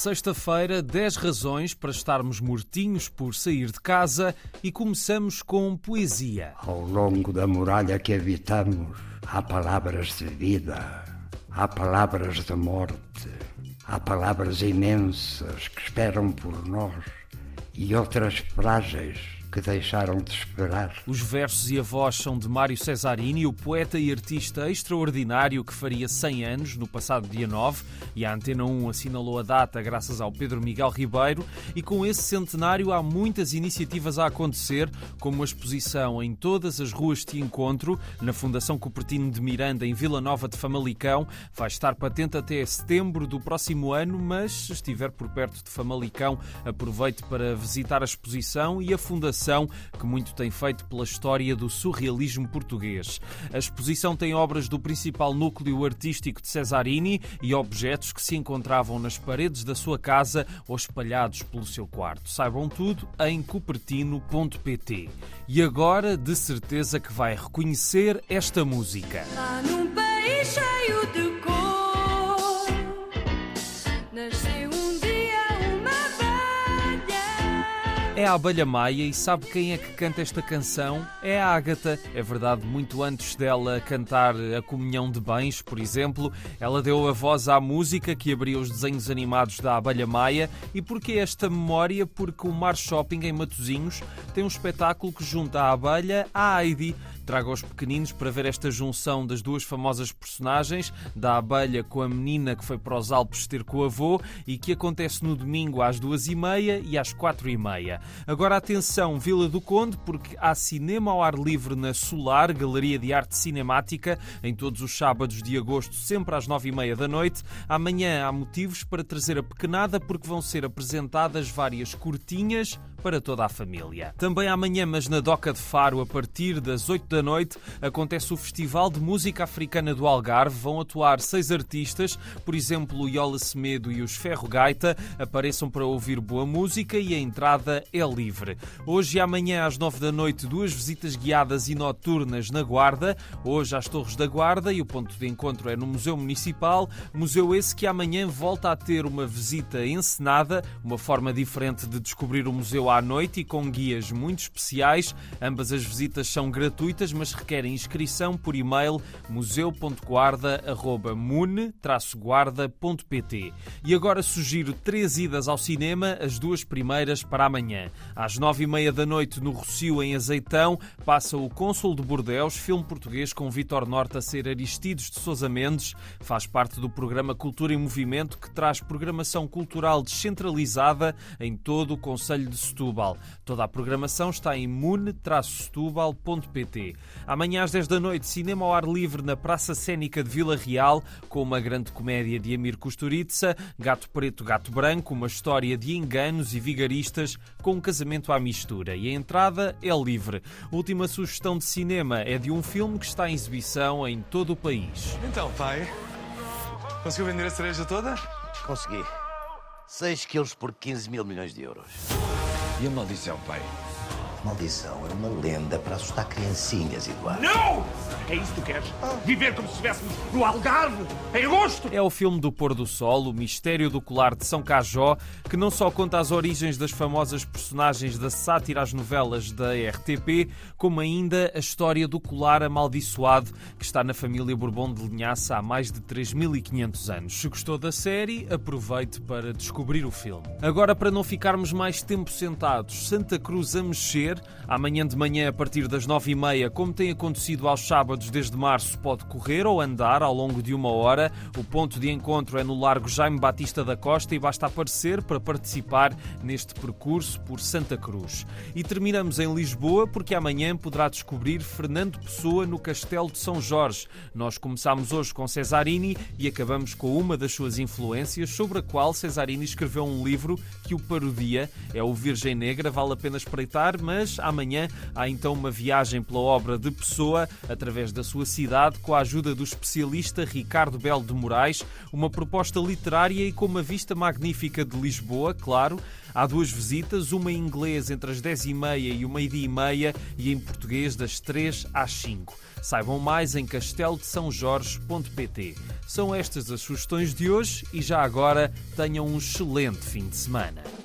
sexta-feira, 10 razões para estarmos mortinhos por sair de casa e começamos com poesia. Ao longo da muralha que habitamos, há palavras de vida, há palavras de morte, há palavras imensas que esperam por nós e outras frágeis que deixaram de esperar. Os versos e a voz são de Mário Cesarini, o poeta e artista extraordinário que faria 100 anos no passado dia 9, e a Antena 1 assinalou a data graças ao Pedro Miguel Ribeiro, e com esse centenário há muitas iniciativas a acontecer, como a exposição em todas as ruas de encontro, na Fundação Cupertino de Miranda, em Vila Nova de Famalicão. Vai estar patente até setembro do próximo ano, mas se estiver por perto de Famalicão, aproveite para visitar a exposição e a Fundação, que muito tem feito pela história do surrealismo português. A exposição tem obras do principal núcleo artístico de Cesarini e objetos que se encontravam nas paredes da sua casa ou espalhados pelo seu quarto. Saibam tudo em cupertino.pt. E agora, de certeza que vai reconhecer esta música. Lá num país cheio de cor, nasceu um dia uma abelha. É a Abelha Maia, e sabe quem é que canta esta canção? É a Ágata. É verdade, muito antes dela cantar A Comunhão de Bens, por exemplo, ela deu a voz à música que abria os desenhos animados da Abelha Maia. E porquê esta memória? Porque o Mar Shopping, em Matosinhos, tem um espetáculo que junta a abelha à Heidi. Traga os pequeninos para ver esta junção das duas famosas personagens, da abelha com a menina que foi para os Alpes ter com o avô, e que acontece no domingo às 2h30 e às 4h30. Agora atenção, Vila do Conde, porque há cinema ao ar livre na Solar, Galeria de Arte Cinemática, em todos os sábados de agosto, sempre às 9h30 da noite. Amanhã há motivos para trazer a pequenada, porque vão ser apresentadas várias curtinhas para toda a família. Também amanhã, mas na Doca de Faro, a partir das 8 da noite, acontece o Festival de Música Africana do Algarve. Vão atuar 6 artistas, por exemplo, o Yola Semedo e os Ferro Gaita. Apareçam para ouvir boa música e a entrada é livre. Hoje e amanhã, às 9 da noite, 2 visitas guiadas e noturnas na Guarda. Hoje às Torres da Guarda, e o ponto de encontro é no Museu Municipal. Museu esse que amanhã volta a ter uma visita encenada, uma forma diferente de descobrir o museu à noite e com guias muito especiais. Ambas as visitas são gratuitas, mas requerem inscrição por e-mail museu.guarda@mune-guarda.pt. E agora sugiro 3 idas ao cinema, as 2 primeiras para amanhã. Às 9h30 da noite, no Rossio, em Azeitão, passa O Cônsul de Bordeus, filme português com Vítor Norte a ser Aristides de Sousa Mendes. Faz parte do programa Cultura em Movimento, que traz programação cultural descentralizada em todo o concelho de Setúbal. Toda a programação está em mune-setúbal.pt. Amanhã às 10 da noite, cinema ao ar livre na Praça Cénica de Vila Real, com uma grande comédia de Amir Kusturica, Gato Preto, Gato Branco, uma história de enganos e vigaristas com um casamento à mistura. E a entrada é livre. A última sugestão de cinema é de um filme que está em exibição em todo o país. Então, pai, conseguiu vender a cereja toda? Consegui. 6 quilos por 15 mil milhões de euros. E a maldição, pai? Maldição é uma lenda para assustar criancinhas, Eduardo. Não! É isso que tu queres? Viver como se estivéssemos no Algarve, em agosto! É o filme do pôr do sol, O Mistério do Colar de São Cajó, que não só conta as origens das famosas personagens da sátira às novelas da RTP, como ainda a história do colar amaldiçoado que está na família Bourbon de Linhaça há mais de 3.500 anos. Se gostou da série, aproveite para descobrir o filme. Agora, para não ficarmos mais tempo sentados, Santa Cruz a mexer. Amanhã de manhã, a partir das 9h30, como tem acontecido aos sábados desde março, pode correr ou andar ao longo de 1 hora. O ponto de encontro é no Largo Jaime Batista da Costa e basta aparecer para participar neste percurso por Santa Cruz. E terminamos em Lisboa, porque amanhã poderá descobrir Fernando Pessoa no Castelo de São Jorge. Nós começámos hoje com Cesarini e acabamos com uma das suas influências, sobre a qual Cesarini escreveu um livro que o parodia. É o Virgem Negra, vale a pena espreitar, mas mas amanhã há então uma viagem pela obra de Pessoa, através da sua cidade, com a ajuda do especialista Ricardo Belo de Moraes, uma proposta literária e com uma vista magnífica de Lisboa, claro. Há 2 visitas, uma em inglês entre as 10h30 e o 12h30 e em português das 3 às 5. Saibam mais em casteldesãojorge.pt. São estas as sugestões de hoje e já agora tenham um excelente fim de semana.